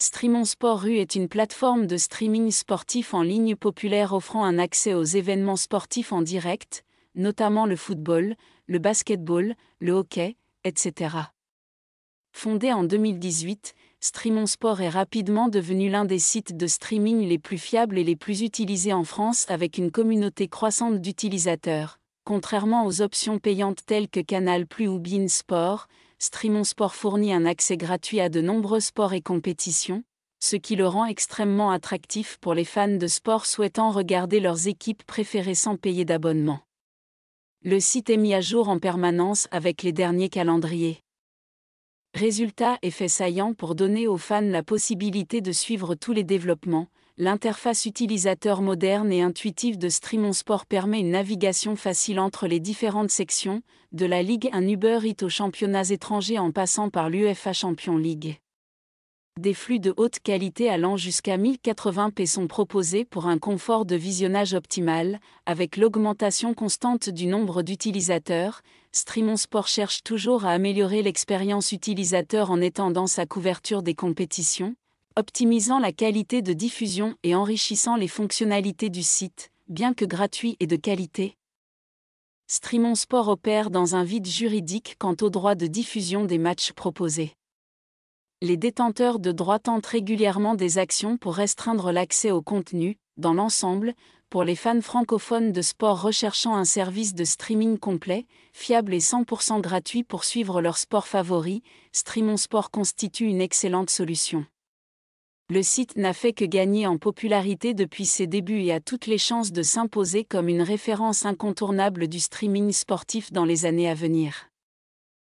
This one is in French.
Streamon Sport Rue est une plateforme de streaming sportif en ligne populaire offrant un accès aux événements sportifs en direct, notamment le football, le basketball, le hockey, etc. Fondé en 2018, Streamon Sport est rapidement devenu l'un des sites de streaming les plus fiables et les plus utilisés en France avec une communauté croissante d'utilisateurs. Contrairement aux options payantes telles que Canal+ ou beIN Sport, Streamon Sport fournit un accès gratuit à de nombreux sports et compétitions, ce qui le rend extrêmement attractif pour les fans de sport souhaitant regarder leurs équipes préférées sans payer d'abonnement. Le site est mis à jour en permanence avec les derniers calendriers. Résultat et fait saillant pour donner aux fans la possibilité de suivre tous les développements. L'interface utilisateur moderne et intuitive de Streamon Sport permet une navigation facile entre les différentes sections, de la Ligue 1 Uber Eats aux championnats étrangers en passant par l'UEFA Champions League. Des flux de haute qualité allant jusqu'à 1080p sont proposés pour un confort de visionnage optimal. Avec l'augmentation constante du nombre d'utilisateurs, Streamon Sport cherche toujours à améliorer l'expérience utilisateur en étendant sa couverture des compétitions, optimisant la qualité de diffusion et enrichissant les fonctionnalités du site, bien que gratuit et de qualité. Streamon Sport opère dans un vide juridique quant aux droits de diffusion des matchs proposés. Les détenteurs de droits tentent régulièrement des actions pour restreindre l'accès au contenu. Dans l'ensemble, pour les fans francophones de sport recherchant un service de streaming complet, fiable et 100% gratuit pour suivre leur sport favori, Streamon Sport constitue une excellente solution. Le site n'a fait que gagner en popularité depuis ses débuts et a toutes les chances de s'imposer comme une référence incontournable du streaming sportif dans les années à venir.